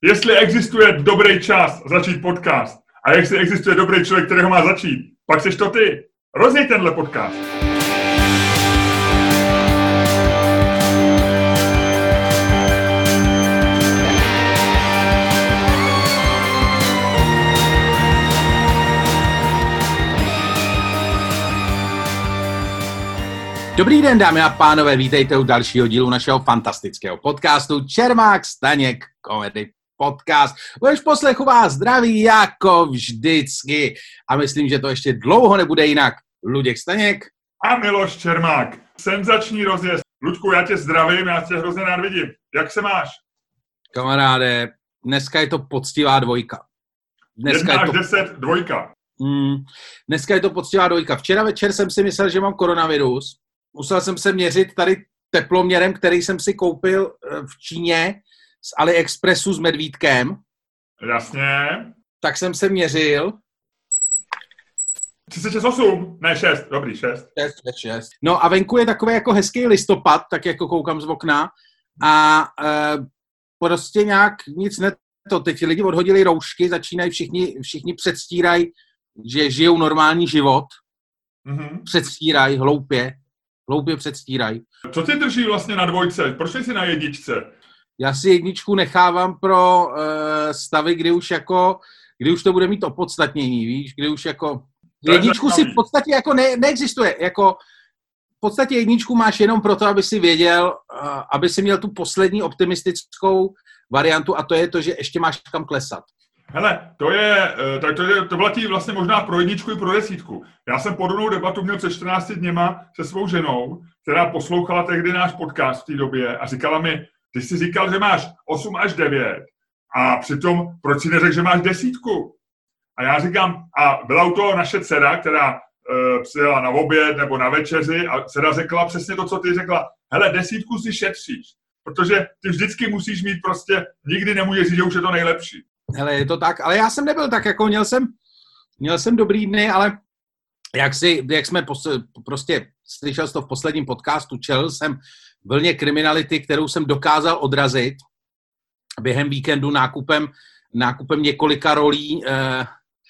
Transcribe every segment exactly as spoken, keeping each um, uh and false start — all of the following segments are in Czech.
Jestli existuje dobrý čas začít podcast a jestli existuje dobrý člověk, který ho má začít, pak seš to ty. Rozjeď tenhle podcast. Dobrý den, dámy a pánové, vítejte u dalšího dílu našeho fantastického podcastu Čermák Staněk Comedy Podcast. Už poslechu vás zdraví jako vždycky a myslím, že to ještě dlouho nebude jinak. Luděk Staněk a Miloš Čermák. Senzační rozjezd. Luďku, já tě zdravím, já tě hrozně rád vidím. Jak se máš? Kamaráde, dneska je to poctivá dvojka. Dneska Jedna až to... deset, dvojka. Hmm, dneska je to poctivá dvojka. Včera večer jsem si myslel, že mám koronavirus. Musel jsem se měřit tady teploměrem, který jsem si koupil v Číně z AliExpressu s medvídkem. Jasně. Tak jsem se měřil. třicet šest osm, ne šest, dobrý, šest. šest, šest. No a venku je takový jako hezký listopad, tak jako koukám z okna a e, prostě nějak nic ne to. Teď lidi odhodili roušky, začínají všichni, všichni předstírají, že žijou normální život. Mm-hmm. Předstírají hloupě. Hloupě předstírají. Co tě drží vlastně na dvojce? Proč jsi na jedničce? Já si jedničku nechávám pro uh, stavy, kdy už jako, kdy už to bude mít opodstatnění, víš, kdy už jako... Jedničku si v podstatě jako ne, neexistuje, jako v podstatě jedničku máš jenom proto, aby si věděl, uh, aby si měl tu poslední optimistickou variantu a to je to, že ještě máš kam klesat. Hele, to je, tak to, je, to platí vlastně možná pro jedničku i pro desítku. Já jsem podobnou debatu měl před čtrnácti dněma se svou ženou, která poslouchala tehdy náš podcast v té době a říkala mi, ty jsi říkal, že máš osm až devět a přitom proč si neřekl, že máš desítku? A já říkám, a byla u toho naše dcera, která uh, přijela na oběd nebo na večeři a dcera řekla přesně to, co ty řekla. Hele, desítku si šetříš, protože ty vždycky musíš mít prostě, nikdy nemůžeš říct, že už je to nejlepší. Hele, je to tak, ale já jsem nebyl tak, jako měl jsem, měl jsem dobrý dny, ale jak, si, jak jsme pos, prostě slyšel jsi to v posledním podcastu, čelil jsem vlně kriminality, kterou jsem dokázal odrazit během víkendu nákupem, nákupem několika rolí eh,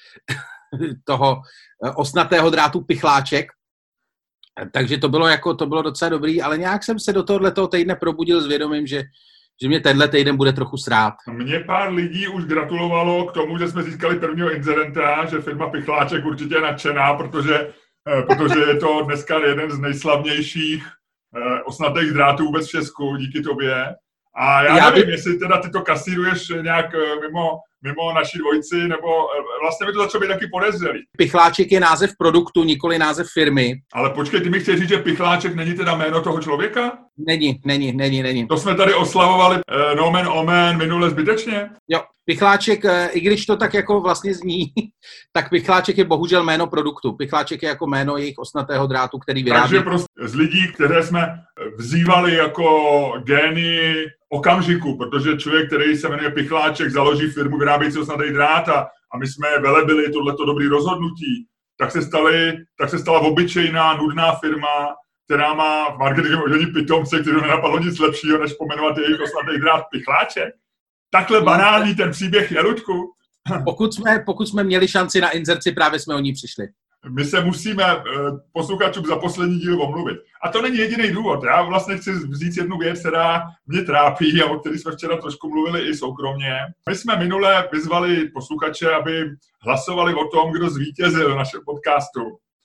toho eh, osnatého drátu Pichláček. Takže to bylo, jako, to bylo docela dobrý, ale nějak jsem se do tohoto týdne probudil s vědomím, že že mě tenhle týden bude trochu srát. Mně pár lidí už gratulovalo k tomu, že jsme získali prvního inzerenta, že firma Pichláček určitě je nadšená, protože, protože je to dneska jeden z nejslavnějších eh, osnatých drátů vůbec v Česku, díky tobě. A já, já nevím, by... jestli teda ty to kasíruješ nějak mimo, mimo naší dvojici, nebo vlastně by to začalo být taky podezřelý. Pichláček je název produktu, nikoli název firmy. Ale počkej, ty mi chceš říct, že Pichláček není teda jméno toho člověka? Není, není, není, není. To jsme tady oslavovali uh, nomen omen minule zbytečně? Jo, Pichláček, uh, i když to tak jako vlastně zní, tak Pichláček je bohužel jméno produktu. Pichláček je jako jméno jejich osnatého drátu, který vyrábí. Takže prostě z lidí, které jsme vzývali jako gény okamžiku, protože člověk, který se jmenuje Pichláček, založí firmu vyrábějící osnatý drát a, a my jsme velebili tohleto dobrý rozhodnutí, tak se, stali, tak se stala obyčejná, nudná firma, která má v marketingovém oddělení pitomce, který nenapadlo nic lepšího, než pomenovat jejich osnatý drát Pichláček. Takhle banální ten příběh je, Luďku. Pokud jsme, pokud jsme měli šanci na inzerci, právě jsme o ní přišli. My se musíme posluchačům za poslední díl omluvit. A to není jediný důvod. Já vlastně chci říct jednu věc, která mě trápí a o které jsme včera trošku mluvili i soukromně. My jsme minule vyzvali posluchače, aby hlasovali o tom, kdo zvítězil v našem podcastu.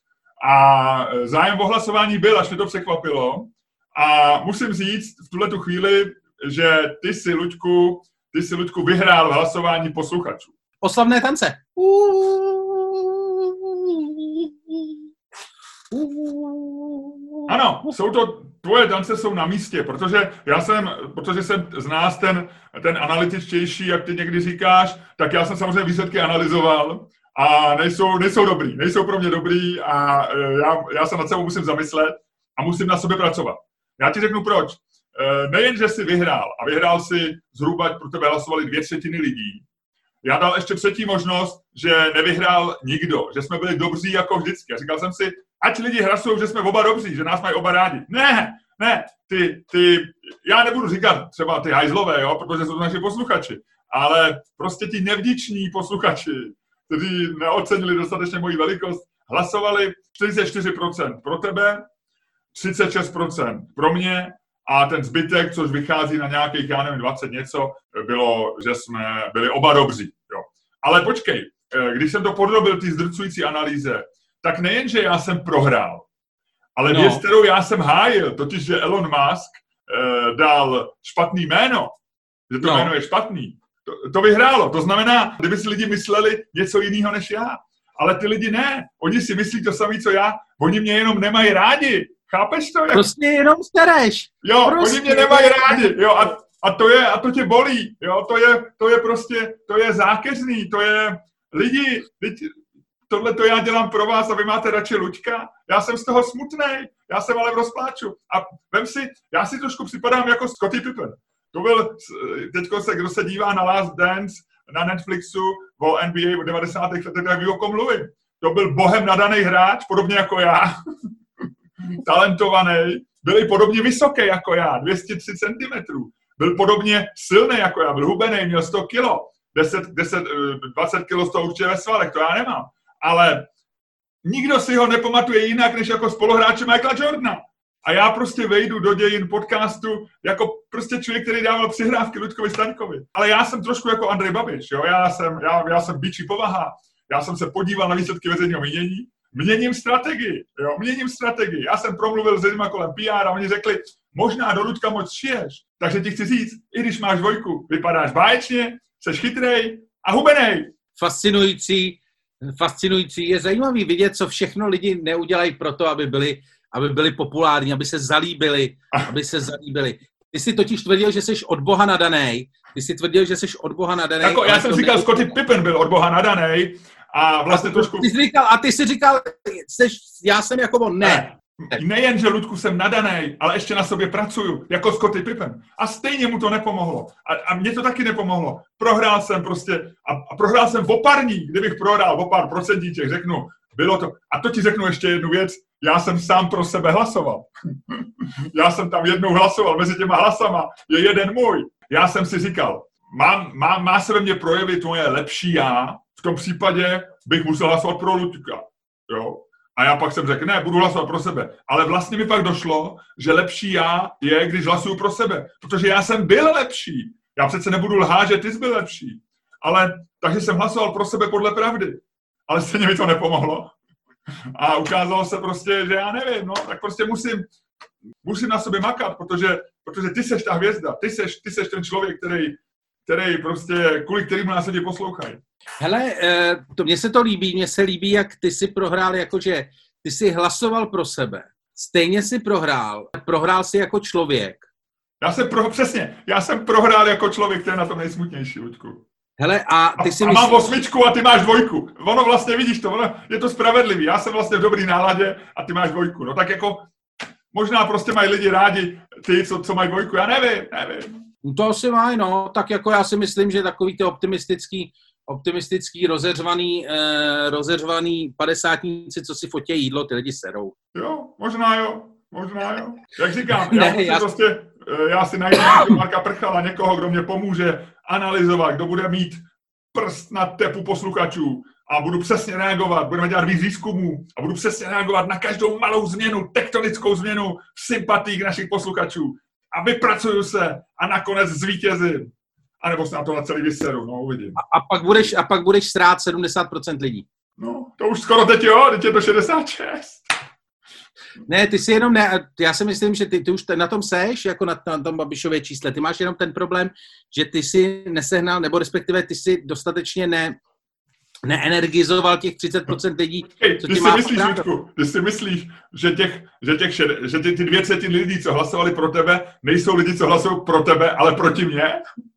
A zájem o hlasování byl, až mě to překvapilo. A musím říct v tuhletu chvíli, že ty si, Luďku, ty si, Luďku, vyhrál hlasování posluchačů. Oslavné tance. Ano, jsou to, tvoje tance jsou na místě, protože já jsem, protože jsem z nás ten, ten analytičtější, jak ty někdy říkáš, tak já jsem samozřejmě výsledky analyzoval a nejsou, nejsou dobrý, nejsou pro mě dobrý a já, já se nad sebou musím zamyslet a musím na sobě pracovat. Já ti řeknu proč. Nejen, že jsi vyhrál a vyhrál si zhruba, pro tebe hlasovali dvě třetiny lidí, já dal ještě předtím možnost, že nevyhrál nikdo, že jsme byli dobří jako vždycky. A říkal jsem si, ať lidi hlasují, že jsme oba dobří, že nás mají oba rádi. Ne, ne, ty, ty, já nebudu říkat třeba ty hajzlové, jo, protože jsou to naši posluchači, ale prostě ti nevděční posluchači, kteří neocenili dostatečně moji velikost, hlasovali čtyřicet čtyři procent pro tebe, třicet šest procent pro mě a ten zbytek, což vychází na nějakých, já nevím, dvacet něco, bylo, že jsme byli oba dobří. Jo. Ale počkej, když jsem to podrobil té zdrcující analýze, tak nejen, že já jsem prohrál, ale no. věc, kterou já jsem hájil, totiž, že Elon Musk eh, dal špatný jméno, že to no. jméno je špatný, to, to vyhrálo. To znamená, kdyby si lidi mysleli něco jiného než já. Ale ty lidi ne. Oni si myslí to samé, co já. Oni mě jenom nemají rádi. Chápeš to? Prostě jenom stareš. Jo, prostě oni mě nemají rádi. Jo, a, a, to je, a to tě bolí. Jo, to je, to je prostě, to je zákeřný. To je lidi, tohle to já dělám pro vás a vy máte radši Luďka. Já jsem z toho smutnej. Já jsem ale v rozpláču. A vem si, já si trošku připadám jako Scottie Pippen. To byl, teďko se, kdo se dívá na Last Dance na Netflixu o N B A v devadesátých letech, tak ví, o kom mluvím. To byl bohem nadaný hráč, podobně jako já. Talentovaný. Byl i podobně vysoký jako já, dvě stě tři centimetrů. Byl podobně silný jako já, byl hubený, měl sto kilo. deset, deset, dvacet kilo z toho určitě ve svalech, to já nemám. Ale nikdo si ho nepamatuje jinak, než jako spoluhráče Michaela Jordana. A já prostě vejdu do dějin podcastu jako prostě člověk, který dával přihrávky Luďkovi Staňkovi. Ale já jsem trošku jako Andrej Babiš, jo? Já jsem, já, já jsem bičí povaha, já jsem se podíval na výsledky veřejného mínění, měním strategii, jo? Měním strategii. Já jsem promluvil s lidmi kolem P R a oni řekli, možná do Luďka moc šiješ, takže ti chci říct, i když máš dvojku, vypadáš báječně, seš chytrej a hubenej. Fascinující, fascinující. Je zajímavý vidět, co všechno lidi neudělají pro to, aby byli aby byli populární, aby se zalíbili, aby se zalíbili. Ty jsi totiž tvrdil, že jsi od Boha nadanej. Ty jsi tvrdil, že jsi od Boha nadanej. Jako, já jsem říkal, ne... Scottie Pippen byl od Boha nadanej a vlastně a trošku... Ty jsi říkal, a ty jsi říkal, seš, já jsem jako on, ne. ne. Nejen, že Ludku jsem nadanej, ale ještě na sobě pracuju, jako Scottie Pippen. A stejně mu to nepomohlo. A, a mně to taky nepomohlo. Prohrál jsem prostě, a, a prohrál jsem o pár dní, kdybych prohrál o pár procentíček, řeknu, bylo to. A to ti řeknu ještě jednu věc, já jsem sám pro sebe hlasoval. Já jsem tam jednou hlasoval, mezi těma hlasama je jeden můj. Já jsem si říkal, mám, má, má se ve mně projevit moje lepší já, v tom případě bych musel hlasovat pro Luďka. Jo? A já pak jsem řekl, ne, budu hlasovat pro sebe. Ale vlastně mi pak došlo, že lepší já je, když hlasuju pro sebe. Protože já jsem byl lepší. Já přece nebudu lhát, že ty jsi byl lepší. Ale takže jsem hlasoval pro sebe podle pravdy. Ale stejně mi to nepomohlo. A ukázalo se prostě, že já nevím, no, tak prostě musím, musím na sobě makat, protože, protože ty seš ta hvězda, ty seš, ty seš ten člověk, který, který prostě, kvůli kterému nás lidi poslouchají. Hele, to, mně se to líbí, mně se líbí, jak ty si prohrál, jakože ty si hlasoval pro sebe, stejně si prohrál, prohrál si jako člověk. Já jsem pro, přesně, já jsem prohrál jako člověk, to je na tom nejsmutnější, Luďku. Hele, a ty si a, myslíš... a mám osmičku a ty máš dvojku. Ono vlastně, vidíš to, ono, je to spravedlivý. Já jsem vlastně v dobrý náladě a ty máš dvojku. No tak jako, možná prostě mají lidi rádi ty, co, co mají dvojku, já nevím, nevím. No to asi mají, no, tak jako já si myslím, že takový ty optimistický, optimistický, rozeřvaný, eh, rozeřvaný padesátníci, co si fotí jídlo, ty lidi serou. Jo, možná jo, možná jo. Jak říkám, ne, já, si já... prostě, já si najdu nějakého Marka Prchala, někoho, kdo mě pomůže analyzovat, kdo bude mít prst na tepu posluchačů a budu přesně reagovat, budeme dělat víc výzkumů a budu přesně reagovat na každou malou změnu, tektonickou změnu v sympatiích našich posluchačů a vypracuju se a nakonec zvítězím. A nebo se na to na celý vyseru, no uvidím. A, a, pak budeš, a pak budeš srát sedmdesát procent lidí. No, to už skoro teď jo, teď je to šedesát šest. Ne, ty si jenom ne, já si myslím, že ty, ty už na tom seš, jako na, na tom Babišově čísle. Ty máš jenom ten problém, že ty si nesehnal, nebo respektive ty si dostatečně ne, neenergizoval těch třicet procent lidí, Hej, co ty ti si má myslíš, Luďku, ty si myslíš, že těch, že těch šed, že ty, ty dvě třetiny lidí, co hlasovali pro tebe, nejsou lidi, co hlasují pro tebe, ale proti mně?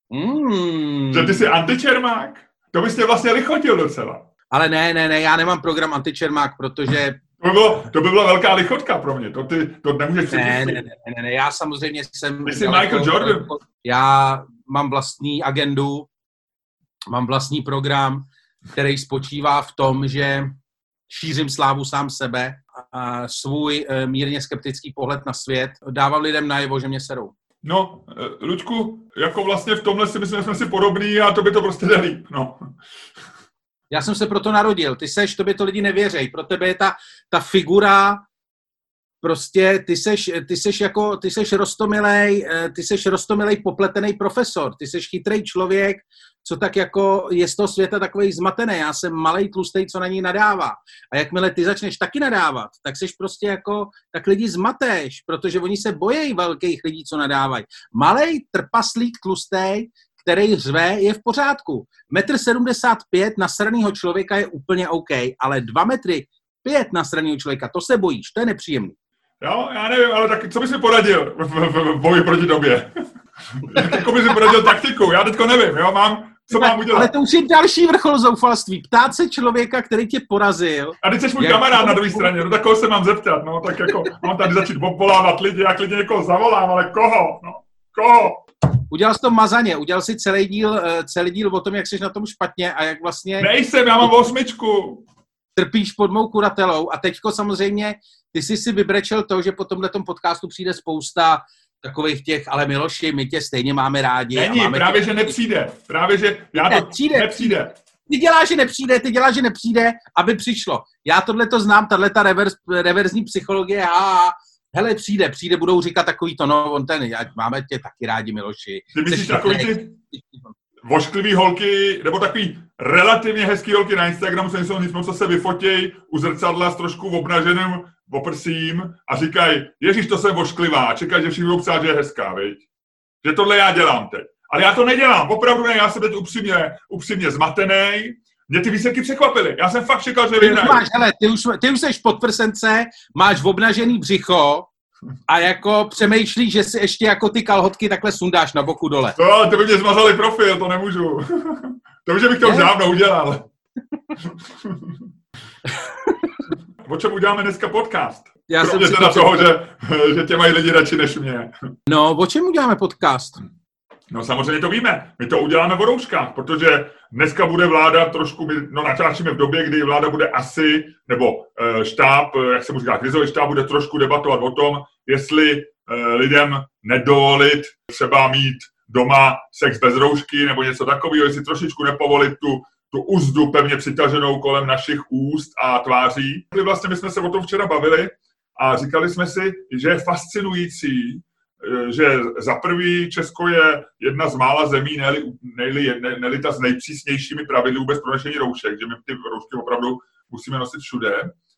Mm. Že ty jsi antičermák? To bys tě vlastně lichotil docela. Ale ne, ne, ne, já nemám program antičermák, protože... To by, bylo, to by byla velká lichotka pro mě, to ty to nemůžeš ne, ne, ne, ne, ne, já samozřejmě jsem... Ty jsi Michael Jordan. Já mám vlastní agendu, mám vlastní program, který spočívá v tom, že šířím slávu sám sebe a svůj mírně skeptický pohled na svět dávám lidem najevo, že mě serou. No, Luďku, jako vlastně v tomhle si myslím, že jsme si podobný a to by to prostě jde líp, no. Já jsem se proto narodil. Ty seš, tobě to lidi nevěřej. Pro tebe je ta, ta figura, prostě ty seš, ty seš jako, ty seš roztomilej, ty seš roztomilej popletený profesor. Ty seš chytrý člověk, co tak jako je z toho světa takovej zmatený. Já jsem malej tlustej, co na ní nadává. A jakmile ty začneš taky nadávat, tak seš prostě jako, tak lidi zmateš, protože oni se bojejí velkých lidí, co nadávají. Malej trpaslík tlustej, který řve, je v pořádku. Metr sedmdesát pět nasranýho člověka je úplně OK, ale dva metry pět nasranýho člověka, to se bojíš, to je nepříjemný. Jo, já nevím, ale tak co bys mi poradil v, v, v boji proti tobě? Jako bys mi poradil taktiku, já teďko nevím, jo, mám, co mám udělat. Ale to už je další vrchol zoufalství. Ptát se člověka, který tě porazil. A teď jsi můj kamarád na druhé straně, no tak koho se mám zeptat, no, tak jako mám tady začít opolávat lidi, jak lidi někoho zavolám, ale koho, no, koho? Udělal jsi to mazaně, udělal si celý díl, celý díl o tom, jak jsi na tom špatně a jak vlastně... Nejsem, já mám osmičku. Trpíš pod mou kuratelou a teďko samozřejmě ty jsi si vybrečel to, že po tomhletom podcastu přijde spousta takových těch, ale Miloši, my tě stejně máme rádi. Není, máme právě, tě... že nepřijde. Právě, že já ne, to přijde, nepřijde. Ty děláš, že nepřijde, ty děláš, že nepřijde, aby přišlo. Já tohle to znám, tahleta reverz, reverzní psychologie, a hele, přijde, přijde, budou říkat takový to, no, on ten, máme tě taky rádi, Miloši. Ty myslíš takový ty vošklivý holky, nebo takový relativně hezký holky na Instagramu, co nejsou nic moc, co se vyfotěj u zrcadla s trošku obnaženým oprsím a říkají, ježiš, to jsem vošklivá, a čekají, že všichni budou psát, že je hezká, viď? Že tohle já dělám teď. Ale já to nedělám, opravdu ne, já jsem teď upřímně, upřímně zmatenej. Mě ty výsledky překvapily. Já jsem fakt čekal, že vyhrají. Máš, hele, ty už, ty už seš podprsence, máš obnažený břicho a jako přemýšlíš, že si ještě jako ty kalhotky takhle sundáš na boku dole. No, ale to by mě zmazali profil, to nemůžu. To už bych to už dávno udělal. O čem uděláme dneska podcast? Já Kromě jsem teda toho, že, že tě mají lidi radši než mě. No, o čem uděláme podcast? No samozřejmě to víme. My to uděláme o rouškách, protože dneska bude vláda trošku, no natáčíme v době, kdy vláda bude asi, nebo e, štáb, jak se mu říká, krizový štáb bude trošku debatovat o tom, jestli e, lidem nedovolit třeba mít doma sex bez roušky nebo něco takového, jestli trošičku nepovolit tu, tu uzdu pevně přitaženou kolem našich úst a tváří. Vlastně my jsme se o tom včera bavili a říkali jsme si, že je fascinující, že za prvý Česko je jedna z mála zemí, ne-li, ne, ne, ta s nejpřísnějšími pravidly vůbec pro nošení roušek, že my ty roušky opravdu musíme nosit všude.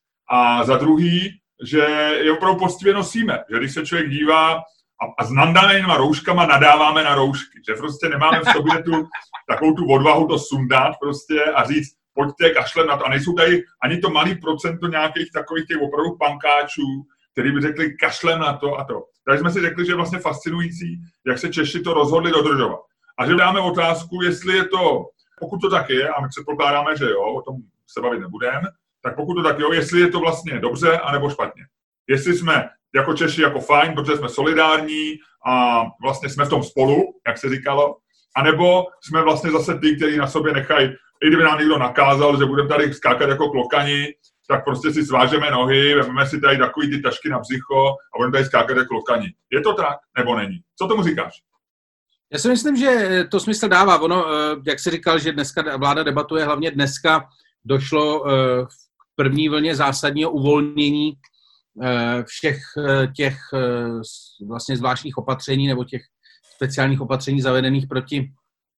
A za druhý, že je opravdu poctivě nosíme, že když se člověk dívá a, a s nandanýma rouškama nadáváme na roušky, že prostě nemáme v sobě tu takovou tu odvahu to sundat prostě a říct, pojďte kašlem na to. A nejsou tady ani to malý procento nějakých takových těch opravdu pankáčů, který by řekli kašlem na to a to. Takže jsme si řekli, že je vlastně fascinující, jak se Češi to rozhodli dodržovat. A že dáme otázku, jestli je to, pokud to tak je, a my předpokládáme, že jo, o tom se bavit nebudeme, tak pokud to tak jo, jestli je to vlastně dobře, anebo špatně. Jestli jsme jako Češi jako fajn, protože jsme solidární a vlastně jsme v tom spolu, jak se říkalo, anebo jsme vlastně zase ty, kteří na sobě nechají, i kdyby nám někdo nakázal, že budeme tady skákat jako klokani, tak prostě si svážeme nohy, vezmeme si tady takový ty tašky na břicho a budeme tady skákat jako klokani. Je to tak, nebo není? Co tomu říkáš? Já si myslím, že to smysl dává. Ono, jak jsi říkal, že dneska vláda debatuje, hlavně dneska došlo v první vlně zásadního uvolnění všech těch vlastně zvláštních opatření nebo těch speciálních opatření zavedených proti,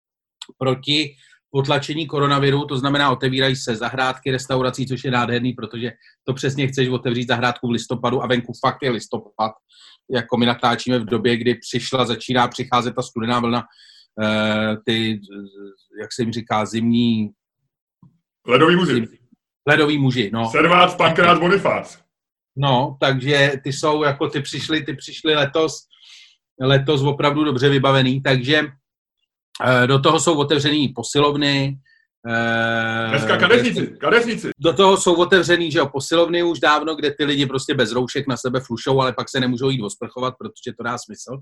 proti potlačení koronaviru, to znamená, otevírají se zahrádky, restaurací, což je nádherný, protože to přesně chceš otevřít zahrádku v listopadu a venku fakt je listopad, jako my natáčíme v době, kdy přišla, začíná přicházet ta studená vlna, eh, ty, jak se jim říká, zimní... Ledový muži. Zim, ledový muži, no. Servác, Pankrát, Bonifác. No, takže ty jsou, jako ty přišli, ty přišli letos, letos opravdu dobře vybavený, takže do toho jsou otevřený posilovny. Dneska kadeřníci, kadeřníci. Do toho jsou otevřený, že jo, posilovny už dávno, kde ty lidi prostě bez roušek na sebe flušou, ale pak se nemůžou jít osprchovat, protože to dá smysl.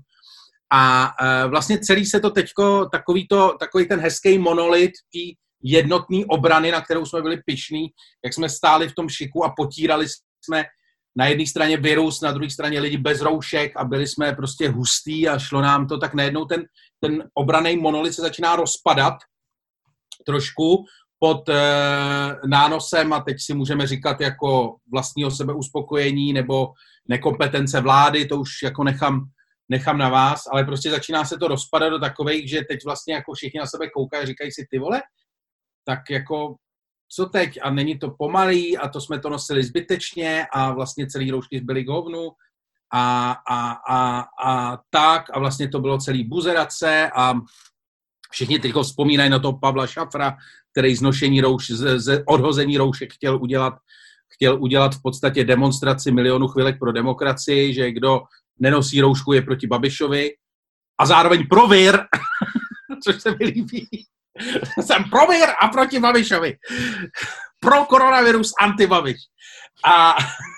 A vlastně celý se to teďko, takový, to, takový ten hezký monolit, tý jednotný obrany, na kterou jsme byli pyšní, jak jsme stáli v tom šiku a potírali jsme na jedné straně virus, na druhé straně lidi bez roušek a byli jsme prostě hustý a šlo nám to, tak najednou ten, ten obranný monolit se začíná rozpadat trošku pod e, nánosem a teď si můžeme říkat jako vlastního sebeuspokojení nebo nekompetence vlády, to už jako nechám, nechám na vás, ale prostě začíná se to rozpadat do takových, že teď vlastně jako všichni na sebe koukají a říkají si ty vole, tak jako co teď? A není to pomalý a to jsme to nosili zbytečně a vlastně celý roušky zbyly k hovnu a, a, a, a tak a vlastně to bylo celý buzerace a všichni teď vzpomínají na toho Pavla Šafra, který z nošení rouš, z, z odhození roušek chtěl udělat, chtěl udělat v podstatě demonstraci milionu chvilek pro demokracii, že kdo nenosí roušku je proti Babišovi a zároveň pro vir, což se mi líbí. Jsem pro vir a proti Babišovi. Pro koronavirus, anti-Babiš. A,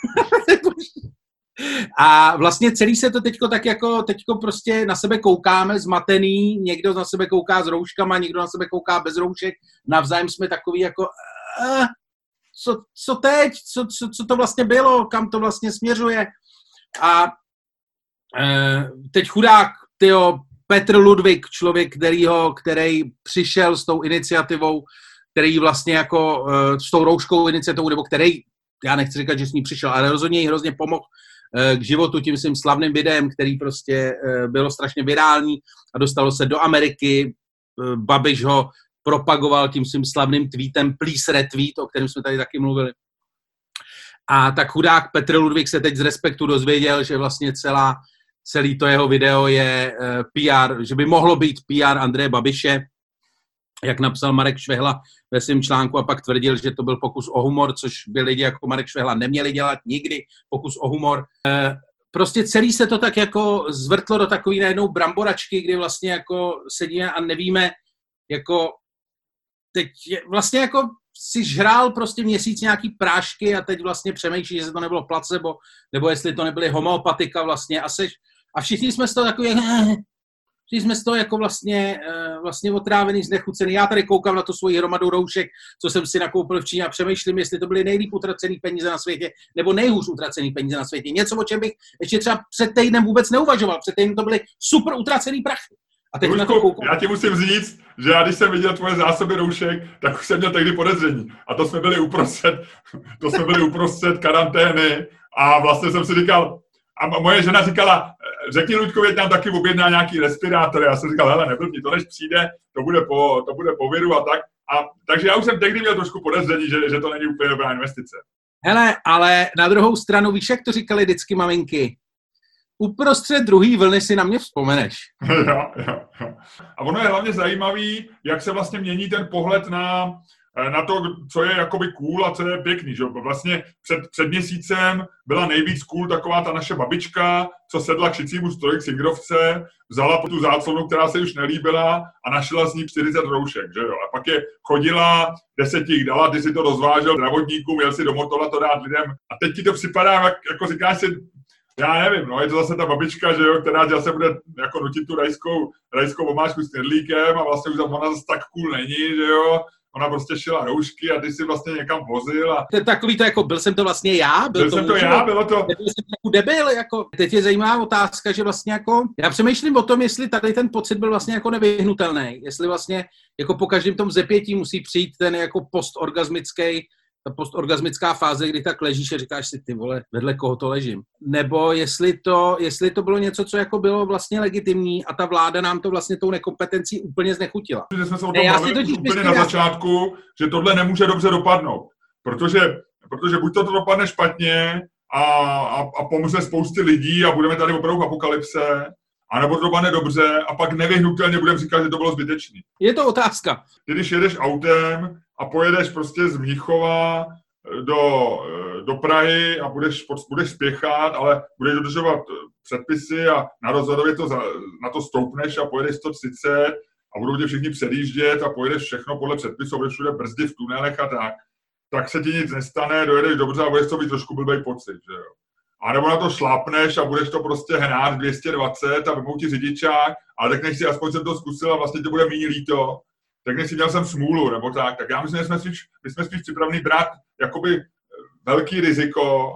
a vlastně celý se to teďko tak jako, teďko prostě na sebe koukáme zmatený, někdo na sebe kouká s rouškama, někdo na sebe kouká bez roušek, navzájem jsme takový jako uh, co, co teď, co, co, co to vlastně bylo, kam to vlastně směřuje. A uh, teď chudák, tyjo, Petr Ludvík, člověk, kterýho, který přišel s tou iniciativou, který vlastně jako uh, s tou rouškou iniciativou, nebo který, já nechci říkat, že s ní přišel, ale rozhodně jí hrozně pomohl uh, k životu tím svým slavným videem, který prostě uh, bylo strašně virální a dostalo se do Ameriky. Uh, Babiš ho propagoval tím svým slavným tweetem Please retweet, o kterém jsme tady taky mluvili. A tak chudák Petr Ludvík se teď z Respektu dozvěděl, že vlastně celá celý to jeho video je uh, P R, že by mohlo být P R Andreje Babiše, jak napsal Marek Švehla ve svém článku a pak tvrdil, že to byl pokus o humor, což by lidi jako Marek Švehla neměli dělat nikdy, pokus o humor. Uh, prostě celý se to tak jako zvrtlo do takový najednou bramboračky, kdy vlastně jako sedíme a nevíme, jako teď je, vlastně jako si žrál prostě měsíc nějaký prášky a teď vlastně přemýšlí, že to nebylo placebo, nebo jestli to nebyly homeopatika vlastně a seš, a všichni jsme z toho takový, všichni jsme z toho jako vlastně, vlastně otrávený, znechucený. Já tady koukám na tu svoji hromadu roušek, co jsem si nakoupil v Číně a přemýšlím, jestli to byly nejlíp utracený peníze na světě, nebo nejhůř utracený peníze na světě. Něco, o čem bych ještě třeba před týdnem vůbec neuvažoval. Před týdnem to byly super utracený prachy. A teď Ružku, na to koukám. Já ti musím říct, že já když jsem viděl tvoje zásoby roušek, tak už jsem měl tehdy podezření. A to jsme byli uprostřed, to jsme byli uprostřed karantény a vlastně jsem si říkal, a moje žena říkala, řekni Luďkovi, ať nám taky objedná nějaký respirátor. Já jsem říkal, hele, neblbni, to než přijde, to bude po, to bude po viru a tak. A, takže já už jsem tehdy měl trošku podezření, že, že to není úplně dobrá investice. Hele, ale na druhou stranu, víš, jak to říkali vždycky maminky? Uprostřed druhý vlny si na mě vzpomeneš. jo, jo, jo. A ono je hlavně zajímavý, jak se vlastně mění ten pohled na, na to, co je jakoby cool a co je pěkný. Že? Vlastně před, před měsícem byla nejvíc cool taková ta naše babička, co sedla k šicímu stroji k Singrovce, vzala po tu záclonu, která se už nelíbila a našla z ní čtyřicet roušek. Že jo? A pak je chodila, deset jich dala, ty si to rozvážel zdravotníkům, jel si do Motola to dát lidem. A teď ti to připadá, jak, jako říkáš si, já nevím, no, je to zase ta babička, že jo, která zase bude jako nutit tu rajskou, rajskou omáčku s knedlíkem a vlastně už ona zase tak cool není, že jo. Ona prostě šila roušky a ty si vlastně někam vozil. A... To je takový to jako, byl jsem to vlastně já? Byl, byl to jsem to já, bylo to... Byl jsem takový debil, jako. Teď je zajímavá otázka, že vlastně jako, já přemýšlím o tom, jestli tady ten pocit byl vlastně jako nevyhnutelný, jestli vlastně jako po každém tom zepětí musí přijít ten jako postorgasmický, ta postorgasmická fáze, kdy tak ležíš a říkáš si, ty vole, vedle koho to ležím. Nebo jestli to, jestli to bylo něco, co jako bylo vlastně legitimní a ta vláda nám to vlastně tou nekompetencí úplně znechutila. Že jsme se o tom bavili úplně na začátku, že tohle nemůže dobře dopadnout. Protože, protože buď to, to dopadne špatně a, a, a pomůže spousty lidí a budeme tady opravdu v apokalypse, anebo to dopadne dobře a pak nevyhnutelně budeme říkat, že to bylo zbytečný. Je to otázka. Ty, když jedeš autem a pojedeš prostě z Mnichova do, do Prahy a budeš, budeš spěchat, ale budeš dodržovat předpisy a na rozhodově to za, na to stoupneš a pojedeš sto třicet a budou tě všichni předjíždět a pojedeš všechno podle předpisů, budeš všude brzdit v tunelech a tak, tak se ti nic nestane, dojedeš dobře a budeš to být trošku blbej pocit, že jo. A nebo na to šlápneš a budeš to prostě hnát dvě stě dvacet a vymou ti řidičák, ale řekneš si, aspoň jsem to zkusil a vlastně to bude méně líto, řekneš si, měl jsem smůlu, nebo tak. Tak já myslím, že jsme spíš, my jsme spíš připraveni brát jakoby velký riziko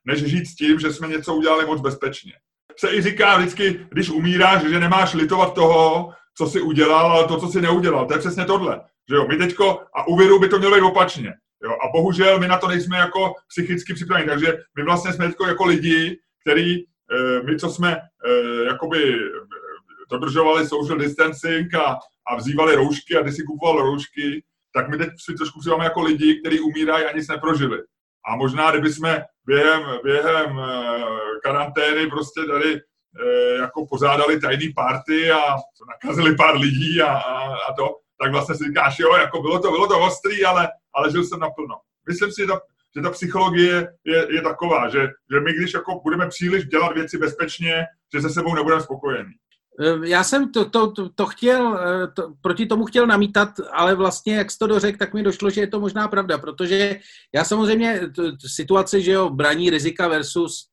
než žít s tím, že jsme něco udělali moc bezpečně. Se i říká vždycky, když umíráš, že nemáš litovat toho, co jsi udělal, ale to, co jsi neudělal. To je přesně tohle. Že jo, my teďko, a u viru by to mělo být opačně. Jo, a bohužel my na to nejsme jako psychicky připraveni. Takže my vlastně jsme teďko jako lidi, který, my, co jsme jakoby dodržovali social distancing a, a vzývali roušky a když si kupoval roušky, tak my teď si trošku přijímáme jako lidi, kteří umírají a nic neprožili. A možná, kdyby jsme během, během karantény prostě tady jako pořádali tajný party a nakazili pár lidí a, a, a to, tak vlastně si říkáš, jo, jako bylo to, bylo to ostrý, ale, ale žil jsem naplno. Myslím si, že ta, že ta psychologie je, je taková, že, že my, když jako budeme příliš dělat věci bezpečně, že se sebou nebudeme spokojení. Já jsem to, to, to, to chtěl, to, proti tomu chtěl namítat, ale vlastně, jak jsi to dořekl, tak mi došlo, že je to možná pravda, protože já samozřejmě t, t, situace, že jo, braní rizika versus,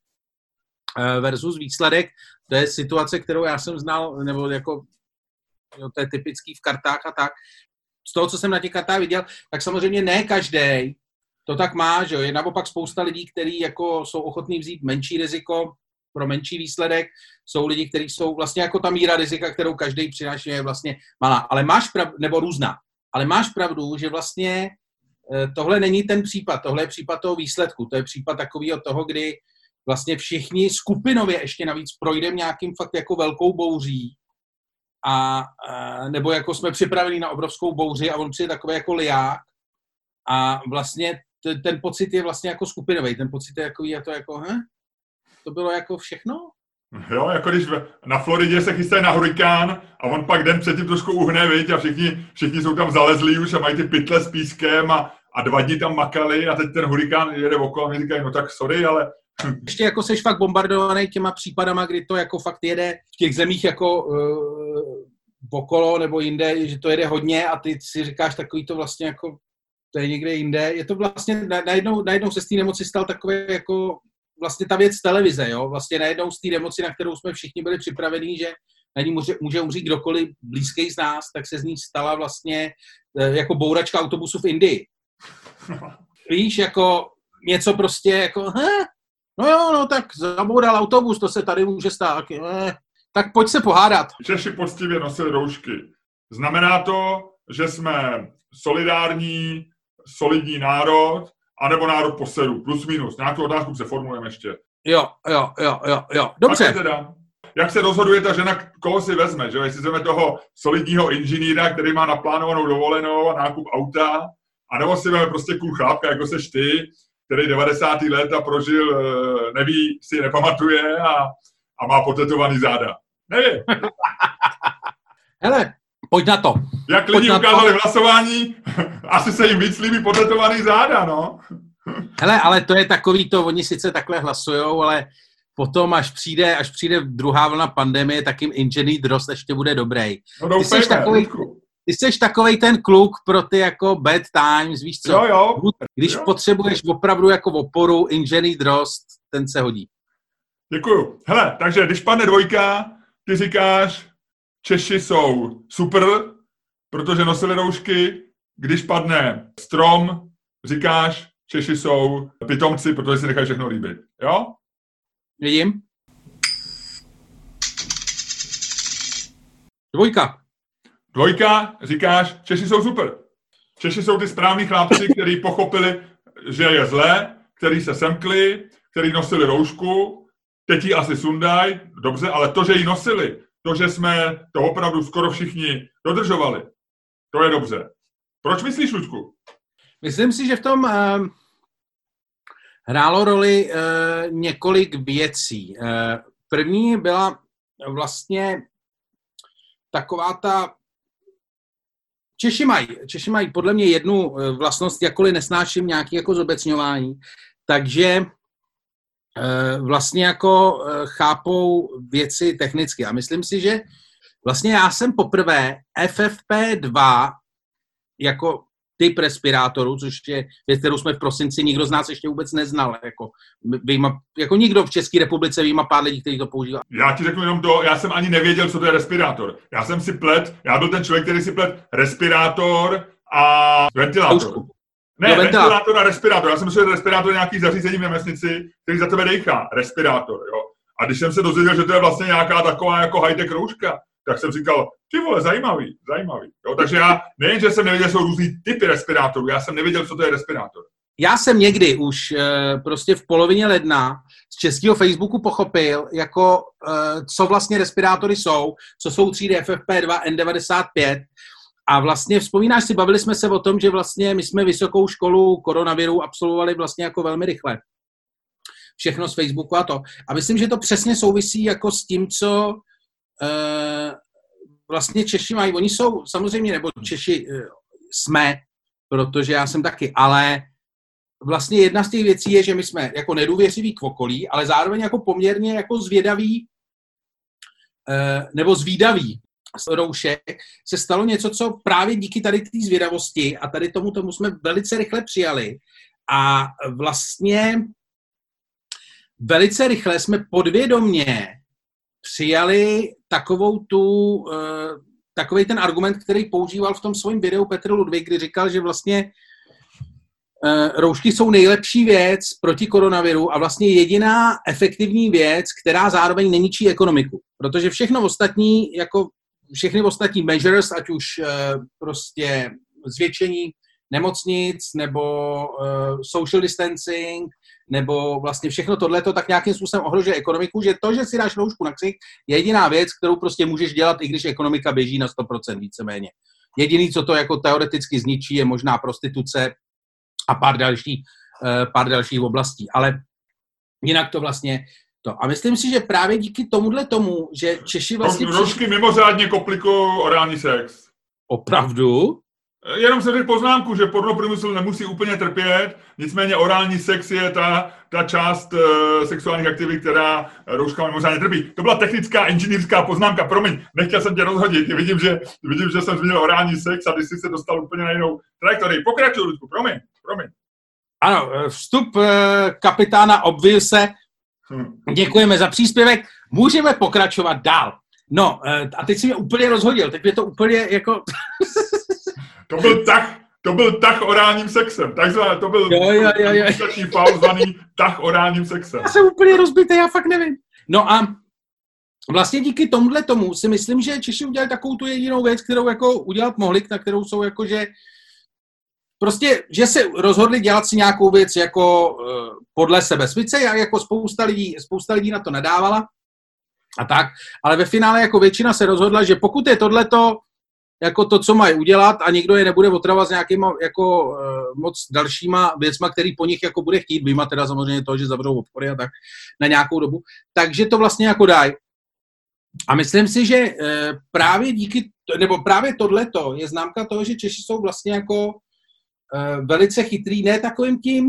versus výsledek, to je situace, kterou já jsem znal, nebo jako, jo, to je typický v kartách a tak. Z toho, co jsem na těch kartách viděl, tak samozřejmě ne každý to tak má, že jo, je naopak spousta lidí, kteří jako jsou ochotní vzít menší riziko pro menší výsledek, jsou lidi, kteří jsou vlastně jako ta míra rizika, kterou každý přináší, je vlastně malá, ale máš pravdu, nebo různá, ale máš pravdu, že vlastně tohle není ten případ, tohle je případ toho výsledku, to je případ takového toho, kdy vlastně všichni skupinově ještě navíc projdeme nějakým fakt jako velkou bouří a, a nebo jako jsme připraveni na obrovskou bouři a on přijde takový jako liák a vlastně t, ten pocit je vlastně jako skupinový, ten pocit je jako, je to jako, hm? To bylo jako všechno? Jo, jako když na Floridě se chystají na hurikán a on pak den předtím trošku uhne, viď, a všichni, všichni jsou tam zalezlí už a mají ty pytle s pískem a, a dva dní tam makali a teď ten hurikán jede okolo a mi říkají, no tak sorry, ale... Ještě jako seš fakt bombardovaný těma případama, kdy to jako fakt jede v těch zemích jako uh, okolo nebo jinde, že to jede hodně a ty si říkáš takový to vlastně jako, to je někde jinde. Je to vlastně, najednou, najednou se z té nemoci stal takový jako vlastně ta věc televize, jo, vlastně najednou z té nemoci, na kterou jsme všichni byli připravení, že na ní může, může umřít kdokoliv blízký z nás, tak se z ní stala vlastně jako bouračka autobusu v Indii. Víš, jako něco prostě jako, he, no jo, no tak zaboural autobus, to se tady může stát, he, tak pojď se pohádat. Češi poctivě nosili roušky. Znamená to, že jsme solidární, solidní národ, anebo národ poseru, plus minus. Nějakou otázku se formulujeme ještě. Jo, jo, jo, jo, jo. Dobře. Teda, jak se rozhoduje ta žena, koho si vezme, že? Jestli vezme toho solidního inženýra, který má naplánovanou dovolenou a nákup auta, anebo si vezme prostě cool chlápka, jako seš ty, který devadesátá léta prožil, neví, si nepamatuje a, a má potetovaný záda. Nevím. Hele, pojď na to. Jak lidi ukázali v hlasování, asi se jim víc líbí potetovaný záda, no. Hele, ale to je takový to, oni sice takhle hlasujou, ale potom, až přijde, až přijde druhá vlna pandemie, tak jim inženýr Drost ještě bude dobrý. No, ty jsi takovej, ty jsi takovej ten kluk pro ty jako bad times, víš co? Jo, jo. Když jo. potřebuješ opravdu jako oporu, inženýr Drost, ten se hodí. Děkuju. Hele, takže když padne dvojka, ty říkáš, Češi jsou super, protože nosili roušky. Když padne strom, říkáš, Češi jsou pitomci, protože si nechají všechno líbit. Jo? Vidím. Dvojka. Dvojka, říkáš, Češi jsou super. Češi jsou ty správní chlapci, kteří pochopili, že je zlé, kteří se semkli, kteří nosili roušku, teď ji asi sundaj, dobře, ale to, že ji nosili, to, že jsme to opravdu skoro všichni dodržovali, to je dobře. Proč myslíš, Luďku? Myslím si, že v tom uh, hrálo roli uh, několik věcí. Uh, první byla vlastně taková ta... Češi mají, Češi mají podle mě jednu vlastnost, jakkoliv nesnáším nějaký jako zobecňování, takže uh, vlastně jako uh, chápou věci technicky. A myslím si, že vlastně já jsem poprvé F F P dva jako typ respirátorů, což je věc, kterou jsme v prosinci nikdo z nás ještě vůbec neznal. Jako, vyjma, jako nikdo v České republice vyjma pár lidí, kteří to používá. Já ti řeknu jenom to, já jsem ani nevěděl, co to je respirátor. Já jsem si plet, já byl ten člověk, který si plet respirátor a ventilátor. Ne, ventilátor a respirátor. Já jsem myslel, že respirátor je nějaký zařízení v nemocnici, který za tebe dejchá. Respirátor, jo. A když jsem se dozvěděl, že to je vlastně nějaká taková jako high-tech rouška, tak jsem říkal, ty vole, zajímavý, zajímavý. Jo, takže já nejen, že jsem nevěděl, že jsou různý typy respirátorů, já jsem nevěděl, co to je respirátor. Já jsem někdy už prostě v polovině ledna z českého Facebooku pochopil, jako co vlastně respirátory jsou, co jsou třídy F F P dva, N devadesát pět. A vlastně vzpomínáš si, bavili jsme se o tom, že vlastně my jsme vysokou školu koronaviru absolvovali vlastně jako velmi rychle. Všechno z Facebooku a to. A myslím, že to přesně souvisí jako s tím, co e, vlastně Češi mají. Oni jsou samozřejmě, nebo Češi e, jsme, protože já jsem taky, ale vlastně jedna z těch věcí je, že my jsme jako nedůvěřiví k okolí, ale zároveň jako poměrně jako zvědaví e, nebo zvídaví z roušek se stalo něco, co právě díky tady té zvědavosti a tady tomu tomu jsme velice rychle přijali. A vlastně velice rychle jsme podvědomě přijali takovou tu, takovej ten argument, který používal v tom svém videu Petr Ludvík, kdy říkal, že vlastně roušky jsou nejlepší věc proti koronaviru a vlastně jediná efektivní věc, která zároveň neničí ekonomiku. Protože všechno ostatní, jako všechny ostatní measures, ať už prostě zvětšení nemocnic, nebo uh, social distancing, nebo vlastně všechno tohleto tak nějakým způsobem ohrožuje ekonomiku, že to, že si dáš roušku na ksich, je jediná věc, kterou prostě můžeš dělat, i když ekonomika běží na sto procent víceméně. Jediný, co to jako teoreticky zničí, je možná prostituce a pár dalších, uh, pár dalších oblastí. Ale jinak to vlastně to. A myslím si, že právě díky tomuhle tomu, že Češi vlastně... Roušky přišli... mimořádně komplikují orální sex. Opravdu? Jenom jsem řekl poznámku, že pornoprůmysl nemusí úplně trpět, nicméně orální sex je ta, ta část uh, sexuálních aktivit, která rouškama mimořádně trpí. To byla technická inženýrská poznámka, promiň, nechtěl jsem tě rozhodit, vidím, že, vidím, že jsem zmínil orální sex a ty jsi se dostal úplně na jinou trajektorii. Pokračuj, Ludku, promiň, promiň. Ano, vstup uh, kapitána Obvise, hmm. Děkujeme za příspěvek, můžeme pokračovat dál. No, uh, a teď jsi mě úplně rozhodil, teď mě to úplně jako... To byl tah, to byl tah orálním sexem, takzvané, to byl takový faul zvaný tah orálním sexem. Já jsem úplně rozbitý, já fakt nevím. No a vlastně díky tomuhle tomu si myslím, že Češi udělali takovou tu jedinou věc, kterou jako udělat mohli, na kterou jsou jako, že prostě, že se rozhodli dělat si nějakou věc jako uh, podle sebe. Svice, jako spousta lidí, spousta lidí na to nadávala a tak, ale ve finále jako většina se rozhodla, že pokud je tohleto jako to, co mají udělat a nikdo je nebude otravovat s nějakýma jako uh, moc dalšíma věcma, který po nich jako bude chtít, vyjma teda samozřejmě to, že zavřou obchody a tak na nějakou dobu, takže to vlastně jako dají. A myslím si, že uh, právě díky, nebo právě tohleto je známka toho, že Češi jsou vlastně jako uh, velice chytrý, ne takovým tím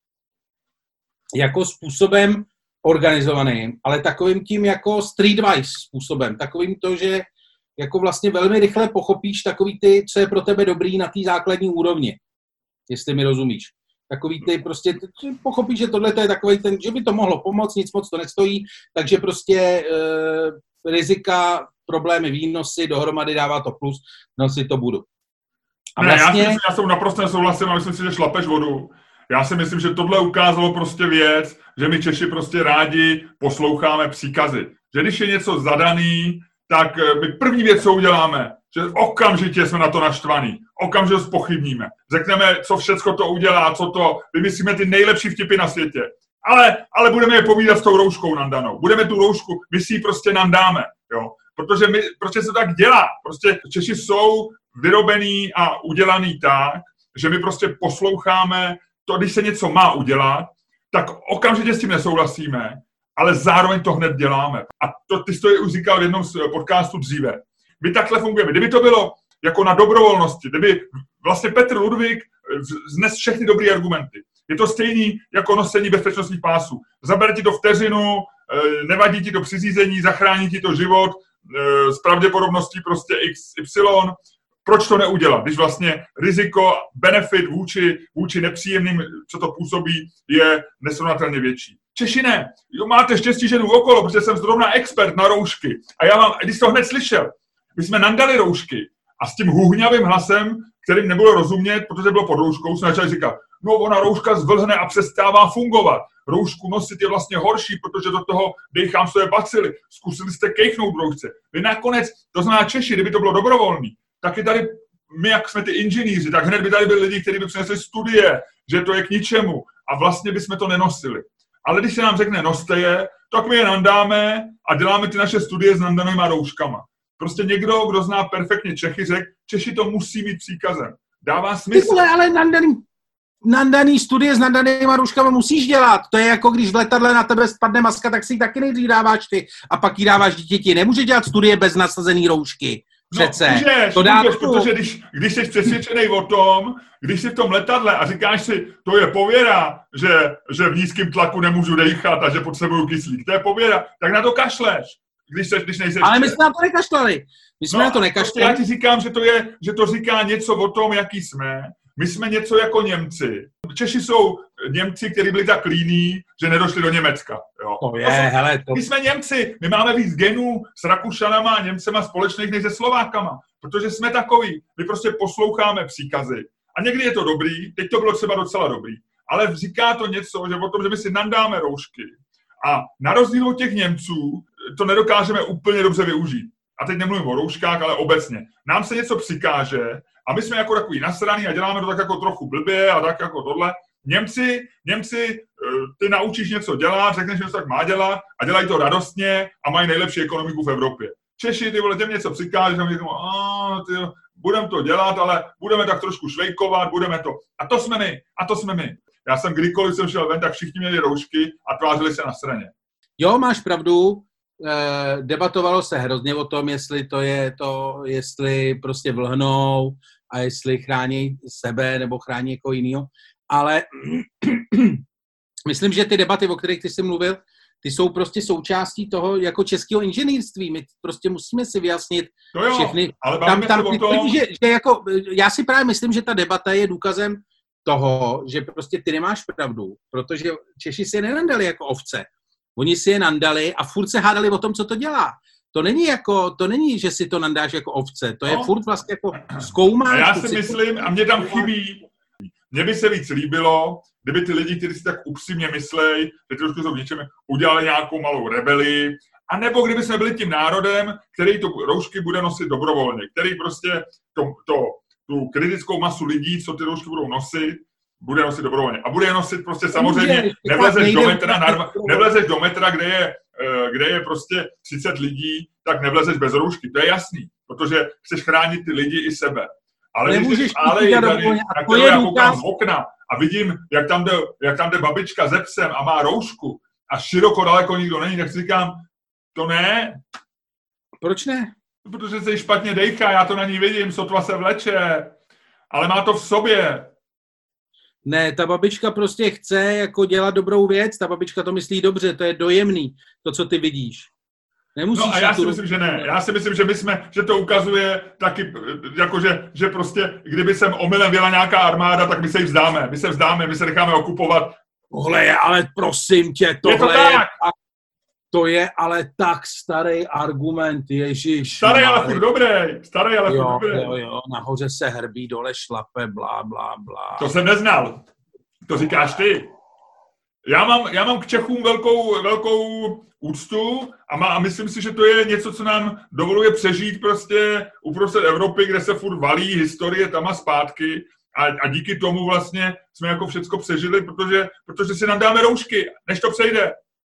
jako způsobem organizovaným, ale takovým tím jako streetwise způsobem, takovým to, že jako vlastně velmi rychle pochopíš takový ty, co je pro tebe dobrý na té základní úrovni, jestli mi rozumíš. Takový ty prostě, ty pochopíš, že tohle je takový ten, že by to mohlo pomoct, nic moc to nestojí, takže prostě e, rizika, problémy, výnosy, dohromady dává to plus, no si to budu. A ne, vlastně... já, si, já jsem naprosto nesouhlasím a myslím si, že šlapeš vodu. Já si myslím, že tohle ukázalo prostě věc, že my Češi prostě rádi posloucháme příkazy. Že když je něco zadaný, tak my první věc, co uděláme, že okamžitě jsme na to naštvaný, okamžitě zpochybníme. Řekneme, co všecko to udělá, co to, vymyslíme ty nejlepší vtipy na světě. Ale, ale budeme je povídat s tou rouškou nandanou. Budeme tu roušku, my si ji prostě nandáme, jo. Protože my, prostě se to tak dělá. Prostě Češi jsou vyrobený a udělaný tak, že my prostě posloucháme to, když se něco má udělat, tak okamžitě s tím nesouhlasíme, ale zároveň to hned děláme. A to, ty jsi to už říkal v jednom z podcastů dříve. My takhle fungujeme. Kdyby to bylo jako na dobrovolnosti, kdyby vlastně Petr Ludvík znes všechny dobré argumenty. Je to stejný jako nosení bezpečnostních pásů. Zabere ti to vteřinu, nevadí ti to při řízení, zachrání ti to život s pravděpodobností prostě X Y. Proč to neudělat, když vlastně riziko, benefit vůči, vůči nepříjemným, co to působí, je nesrovnatelně větší. Češi ne. Jo, máte štěstí, že jdu okolo, protože jsem zrovna expert na roušky. A já mám, když jsi to hned slyšel, my jsme nandali roušky A s tím huhňavým hlasem, kterým nebylo rozumět, protože bylo pod rouškou, jsme začali říkat, no ona rouška zvlhne a přestává fungovat. Roušku nosit je vlastně horší, protože do toho dejchám své bacily. Zkusili jste kejchnout v roušce. Vy nakonec, to znamená Češi, kdyby to bylo dobrovolný, tak je tady, my jak jsme ty inženýři, tak hned by tady byli lidi, kteří by přinesli studie, že to je k ničemu a vlastně bychom to nenosili. Ale když se nám řekne noste je, tak my je nandáme a děláme ty naše studie s nandanýma rouškama. Prostě někdo, kdo zná perfektně Čechy, řekl, Češi to musí mít příkazem. Dává smysl. Ty ale nandaný, nandaný studie s nandanýma rouškama musíš dělat. To je jako když v letadle na tebe spadne maska, tak si ji taky nejdřív dáváš ty a pak ji dáváš dítěti. Nemůže dělat studie bez nasazený roušky. Přece. No, můžeš, to dá můžeš, protože když, když jsi přesvědčený o tom, když jsi v tom letadle a říkáš si, to je pověra, že, že v nízkém tlaku nemůžu dejchat a že potřebuju kyslík, to je pověra, tak na to kašleš, když, seš, když nejseš. Ale my jsme na to nekašlali. My jsme no, na to nekašlali. Já ti říkám, že to, je, že to říká něco o tom, jaký jsme. My jsme něco jako Němci. Češi jsou Němci, kteří byli tak líní, že nedošli do Německa. Jo. To je, to jsou, hele, to... My jsme Němci, my máme víc genů s Rakušanama a Němcema společných než se Slovákama, protože jsme takový. My prostě posloucháme příkazy. A někdy je to dobrý, teď to bylo třeba docela dobrý, ale říká to něco, že o tom, že my si nandáme roušky. A na rozdíl od těch Němců to nedokážeme úplně dobře využít. A teď nemluvím o rouškách, ale obecně. Nám se něco přikáže a my jsme jako takový nasraný a děláme to tak jako trochu blbě a tak jako tohle. Němci, Němci, ty naučíš něco dělat, řekneš, že to tak má dělat a dělají to radostně a mají nejlepší ekonomiku v Evropě. Češi, ty vole, těm něco přikážeš a my říkáme, budeme to dělat, ale budeme tak trošku švejkovat, budeme to. A to jsme my, a to jsme my. Já jsem kdykoliv jsem šel ven, tak všichni měli roušky a tvářili se na straně. Jo, máš pravdu. E, debatovalo se hrozně o tom, jestli to je to, jestli prostě vlhnou a jestli chrání sebe nebo chrání někoho jinýho. Ale myslím, že ty debaty, o kterých ty jsi mluvil, ty jsou prostě součástí toho jako českého inženýrství. My prostě musíme si vyjasnit no jo, všechny. Ale tam, tam, se o tom... že, že jako, já si právě myslím, že ta debata je důkazem toho, že prostě ty nemáš pravdu, protože Češi si je nenandali jako ovce. Oni si je nandali a furt se hádali o tom, co to dělá. To není jako, to není, že si to nandáš jako ovce. To je no. furt vlastně jako zkoumáš. A já si myslím, a mě tam chybí, mně by se víc líbilo, kdyby ty lidi, kteří si tak upřímně myslej, že trošku jsou v něčem, udělali nějakou malou rebelii, a nebo kdyby jsme byli tím národem, který tu roušky bude nosit dobrovolně, který prostě to, to, tu kritickou masu lidí, co ty roušky budou nosit, bude nosit dobrovolně. A bude je nosit prostě samozřejmě, nevlezeš do metra, nevlezeš do metra, kde je, kde je prostě třicet lidí, tak nevlezeš bez roušky. To je jasný, protože chceš chránit ty lidi i sebe. Ale když ale je tady, na kterou já koukám z okna a vidím, jak tam, jde, jak tam jde babička ze psem a má roušku a široko daleko nikdo není, tak si říkám, to ne. Proč ne? Protože se jí špatně dejchá, já to na ní vidím, sotva se vleče, ale má to v sobě. Ne, ta babička prostě chce jako dělat dobrou věc, ta babička to myslí dobře, to je dojemný, to, co ty vidíš. Nemusíš no a já si tu... myslím, že ne. Já si myslím, že my jsme, že to ukazuje taky, jakože, že prostě, kdyby sem omylem byla nějaká armáda, tak my se jí vzdáme. My se vzdáme, my se necháme okupovat. Tohle je, ale prosím tě, tohle je to tak. je... To je ale tak starý argument, ježiš. Starý, ale furt dobrý. Starý, ale jo, furt dobrý. Jo, jo, nahoře se hrbí, dole šlape, blá, blá, blá. To jsem neznal. To říkáš ty. Já mám, já mám k Čechům velkou, velkou úctu a, má, a myslím si, že to je něco, co nám dovoluje přežít prostě uprostřed Evropy, kde se furt valí historie tam a zpátky a, a díky tomu vlastně jsme jako všecko přežili, protože, protože si nám dáme roušky, než to přejde.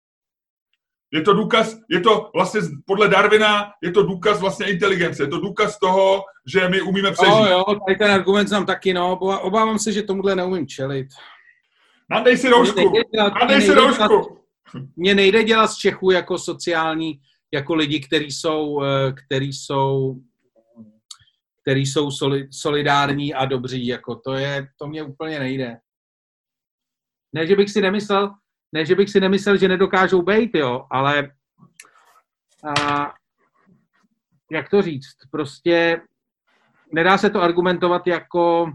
Je to důkaz, je to vlastně podle Darwina, je to důkaz vlastně inteligence, je to důkaz toho, že my umíme přežít. Jo, jo, tady ten argument znám taky, no, obávám se, že tomuhle neumím čelit. Nandej si roušku, nandej si roušku. Mně nejde dělat z Čechů jako sociální, jako lidi, kteří jsou, který jsou, který jsou solidární a dobří, jako to je, to mě úplně nejde. Ne, že bych si nemyslel, Ne, že bych si nemyslel, že nedokážou bejt, jo, ale a, jak to říct, prostě nedá se to argumentovat jako,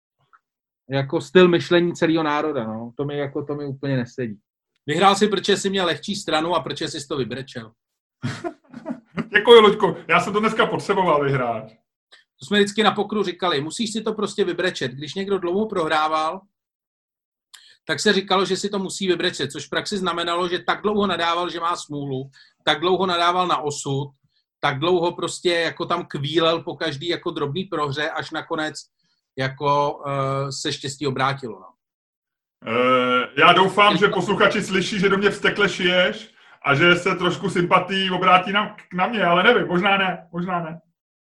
jako styl myšlení celého národa, no. To mi, jako, to mi úplně nesedí. Vyhrál si, protože jsi měl lehčí stranu a protože jsi to vybrečel. Děkuji, Luďku, já jsem to dneska potřeboval vyhrát. to jsme vždycky na pokru říkali, musíš si to prostě vybrečet. Když někdo dlouho prohrával, tak se říkalo, že si to musí vybrečet, což v praxi znamenalo, že tak dlouho nadával, že má smůlu, tak dlouho nadával na osud, tak dlouho prostě jako tam kvílel po každý jako drobný prohře, až nakonec jako uh, se štěstí obrátilo. No. Uh, já doufám, že posluchači slyší, že do mě vztekle šiješ a že se trošku sympatí obrátí na, na mě, ale nevím, možná ne, možná ne.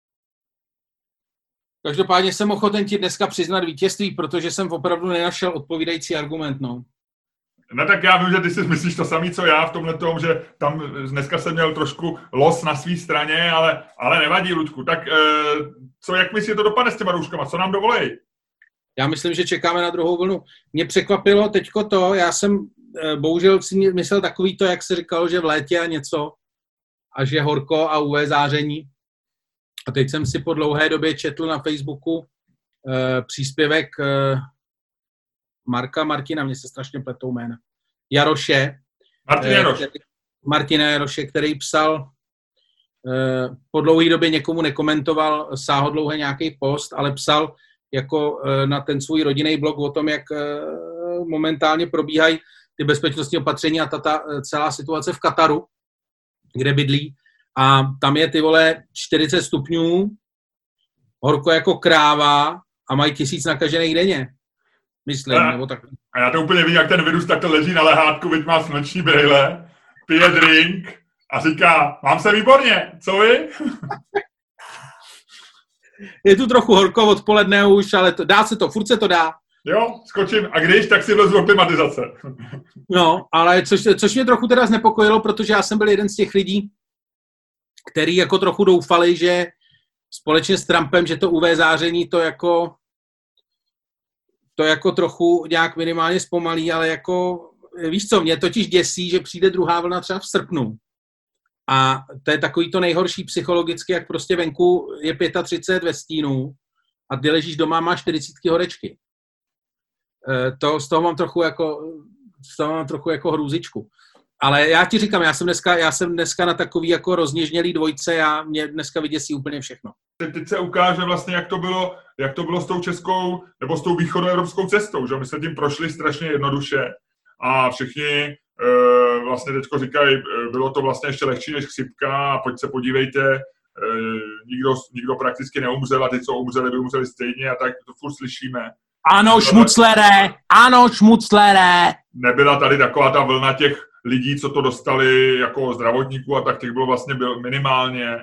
Každopádně jsem ochoten ti dneska přiznat vítězství, protože jsem opravdu nenašel odpovídající argument, no. No tak já vím, že ty si myslíš to samé, co já v tomhle tom, že tam dneska jsem měl trošku los na své straně, ale, ale nevadí, Luďku. Tak e, co, jak myslíš, to dopadne s těma rouškama? Co nám dovolej? Já myslím, že čekáme na druhou vlnu. Mě překvapilo teďko to, já jsem e, bohužel si myslel takový to, jak se říkalo, že v létě a něco, a že horko a U V záření. A teď jsem si po dlouhé době četl na Facebooku e, příspěvek e, Marka Martina, mě se strašně pletou jména, Jaroše. Martin Jaroš. Který, Martina Jaroše, který psal eh, po dlouhé době někomu nekomentoval sáhodlouhé nějaký post, ale psal jako eh, na ten svůj rodinný blog o tom, jak eh, momentálně probíhají ty bezpečnostní opatření a ta, ta celá situace v Kataru, kde bydlí. A tam je ty vole čtyřicet stupňů, horko jako kráva a mají tisíc nakažených denně. Myslím, a, nebo tak. A já to úplně vidím, jak ten virus takhle leží na lehátku, byť má slunční brýle, pije drink a říká, mám se výborně, co vy? Je tu trochu horko odpoledne už, ale to, dá se to, furt se to dá. Jo, skočím a když, tak si vlezu do klimatizace. No, ale což, což mě trochu teda znepokojilo, protože já jsem byl jeden z těch lidí, který jako trochu doufali, že společně s Trumpem, že to U V záření to jako to jako trochu nějak minimálně zpomalí, ale jako, víš co, mě totiž děsí, že přijde druhá vlna třeba v srpnu. A to je takový to nejhorší psychologicky, jak prostě venku je třicet pět ve stínu a ty ležíš doma a máš čtyřicet horečky. E, to, z toho mám trochu jako, z toho mám trochu jako hrůzičku. Ale já ti říkám, já jsem dneska, já jsem dneska na takový jako rozněžnělý dvojce, já mě dneska vyděsí úplně všechno. Teď se ukáže vlastně, jak to bylo, jak to bylo s tou českou, nebo s tou východoevropskou cestou, že my jsme tím prošli strašně jednoduše a všichni e, vlastně teďko říkají, bylo to vlastně ještě lehčí než chřipka a pojď se podívejte, e, nikdo, nikdo prakticky neumřel a ty, co umřeli, by umřeli stejně a tak to furt slyšíme. Ano, šmuclere, ano, šmuclere. Nebyla tady taková ta vlna těch lidí, co to dostali jako zdravotníků a tak těch bylo vlastně byl minimálně.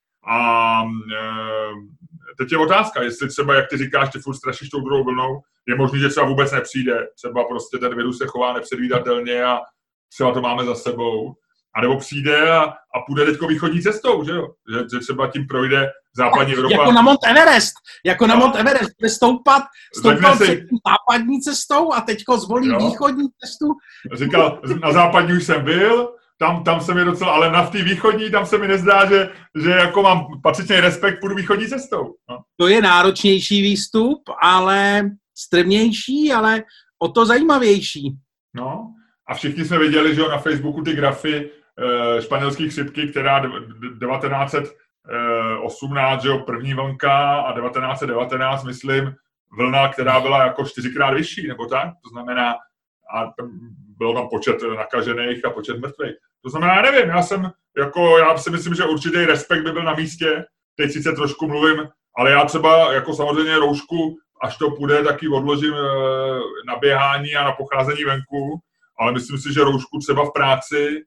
A e, teď je otázka, jestli třeba, jak ty říkáš, ty furt strašíš tou druhou vlnou, je možný, že třeba vůbec nepřijde. Třeba prostě ten virus se chová nepředvídatelně a třeba to máme za sebou. A nebo přijde a, a půjde teďko východní cestou, že jo? Že, že třeba tím projde západní Evropa. Jako na Mount Everest. Jako na no. Mount Everest. Bude stoupat, stoupal si... před západní cestou a teďko zvolí jo. východní cestu. Říkal, na západní už jsem byl, tam, tam se mi docela, ale na té východní, tam se mi nezdá, že, že jako mám patřičný respekt, půjdu východní cestou. No. To je náročnější výstup, ale strmnější, ale o to zajímavější. No a všichni jsme viděli, že jo, na Facebooku ty grafy e, španělské chřipky, která devatenáct set osmnáct, že jo, první vlnka a devatenáct set devatenáct, myslím, vlna, která byla jako čtyřikrát vyšší, nebo tak, to znamená, a tam bylo tam počet nakažených a počet mrtvých. To znamená, já nevím, já jsem, jako, já si myslím, že určitý respekt by byl na místě, teď sice trošku mluvím, ale já třeba, jako samozřejmě roušku, až to půjde, taky odložím e, na běhání a na pocházení venku, ale myslím si, že roušku třeba v práci, e,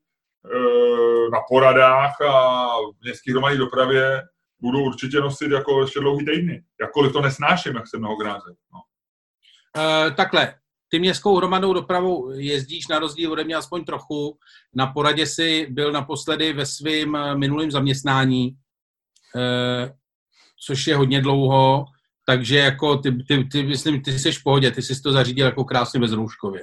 na poradách a v městské hromadné dopravě budu určitě nosit jako ještě dlouhý týdny. Jakkoliv to nesnáším, jak se mnohokrát řekl. No. E, takhle. Ty městskou hromadnou dopravou jezdíš na rozdíl ode mě aspoň trochu. Na poradě si byl naposledy ve svém minulém zaměstnání, eh, což je hodně dlouho, takže jako ty, ty, ty, myslím, ty jsi v pohodě, ty jsi to zařídil jako krásně bezrouškově.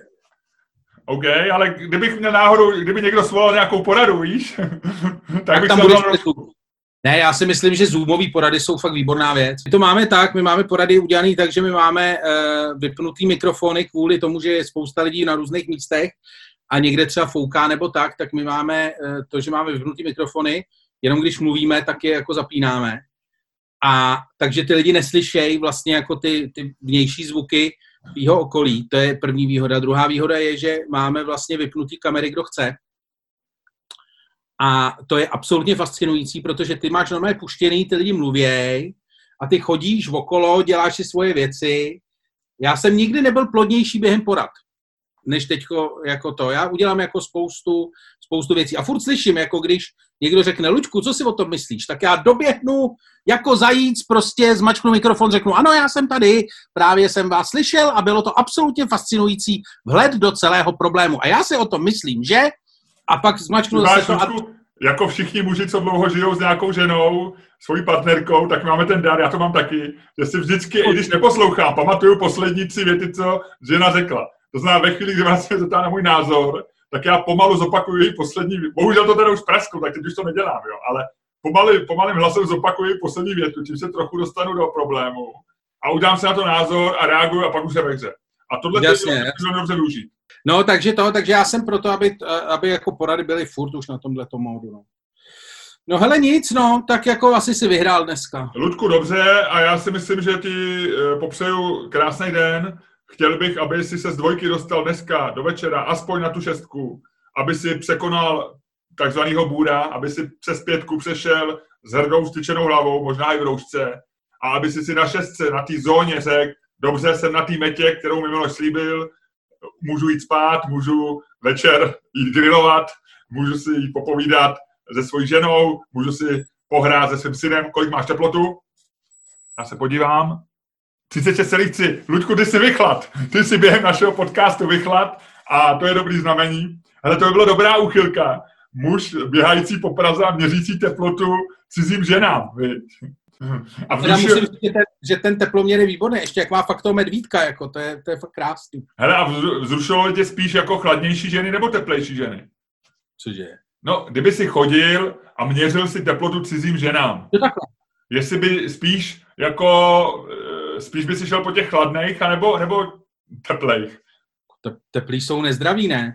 OK, ale kdybych měl náhodou, kdyby někdo svolal nějakou poradu, víš, tak, tak bych tam se budeš dal... Ne, já si myslím, že Zoomové porady jsou fakt výborná věc. My to máme tak, my máme porady udělané tak, že my máme uh, vypnutý mikrofony kvůli tomu, že je spousta lidí na různých místech a někde třeba fouká nebo tak, tak my máme uh, to, že máme vypnutý mikrofony, jenom když mluvíme, tak je jako zapínáme. A takže ty lidi neslyšejí vlastně jako ty, ty vnější zvuky v jeho okolí. To je první výhoda. Druhá výhoda je, že máme vlastně vypnutý kamery, kdo chce. A to je absolutně fascinující, protože ty máš normálně puštěný, ty lidi mluvěj a ty chodíš okolo, děláš si svoje věci. Já jsem nikdy nebyl plodnější během porad, než teďko jako to. Já udělám jako spoustu, spoustu věcí. A furt slyším, jako když někdo řekne, Luďku, co si o tom myslíš? Tak já doběhnu jako zajíc, prostě zmačknu mikrofon, řeknu, ano, já jsem tady, právě jsem vás slyšel a bylo to absolutně fascinující vhled do celého problému. A já si o tom myslím, že? A pak zmačknu zase to. A... Jako všichni muži, co dlouho žijou s nějakou ženou, svojí partnerkou, tak máme ten dar, já to mám taky, že si vždycky, i když neposlouchám, pamatuju poslední tři věty, co žena řekla. To znamená, ve chvíli, kdy vás se zeptá na můj názor, tak já pomalu zopakuju její poslední, bohužel to teda už praskl, tak teď už to nedělám, jo, ale pomalu, pomalým hlasem zopakuju poslední větu, tím se trochu dostanu do problému a udám se na to názor a reaguju a pak už je ve hře. A tohle jasně, je dobře využít. No, takže to, takže já jsem proto, aby, aby jako porady byly furt už na tomhleto módu, no. No hele, nic, no, tak jako asi si vyhrál dneska. Ludku, dobře, a já si myslím, že ti e, popřeju krásný den. Chtěl bych, aby si se z dvojky dostal dneska do večera, aspoň na tu šestku, aby si překonal takzvanýho bůra, aby si přes pětku přešel s hrdou styčenou hlavou, možná i v roušce, a aby si si na šestce, na té zóně řekl, dobře, jsem na té metě, kterou mi Miloš slíbil, můžu jít spát, můžu večer jít grillovat, můžu si jít popovídat se svojí ženou, můžu si pohrát se svým synem. Kolik máš teplotu? Já se podívám. třicet šest celá tři. Luďku, ty jsi vychlad. Ty jsi během našeho podcastu vychlad a to je dobrý znamení. Ale to by byla dobrá úchylka. Muž běhající po Praze a měřící teplotu cizím ženám. Viď? A teda musím říct, že ten, že ten teploměr je výborný, ještě jak má fakt toho medvídka, jako, to, je, to je fakt krásný. Hele, a vzrušovalo tě spíš jako chladnější ženy nebo teplejší ženy? Cože? No, kdyby si chodil a měřil si teplotu cizím ženám. To takhle. Jestli by spíš jako, spíš by si šel po těch chladných, anebo, nebo teplejch? Te, teplý jsou nezdraví, ne?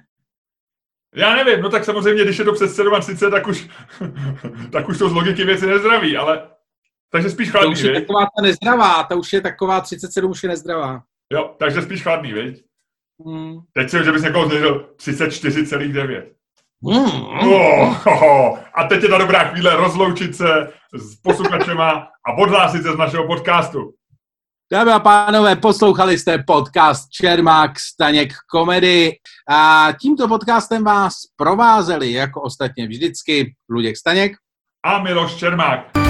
Já nevím, no tak samozřejmě, když je to přes třicet sedm, tak už, tak už to z logiky věci nezdraví, ale takže spíš chladný, to už je viď? Taková ta nezdravá, ta už je taková třicet sedm, už je nezdravá. Jo, takže spíš chladný, viď? Hmm. Teď si, že bys někoho změřil třicet čtyři celá devět. Hmm. Oh, oh, oh. A teď je ta dobrá chvíle rozloučit se s posluchačema a odhlásit se z našeho podcastu. Dámy a pánové, poslouchali jste podcast Čermák Staněk Komedy a tímto podcastem vás provázeli jako ostatně vždycky Luděk Staněk a Miloš Čermák.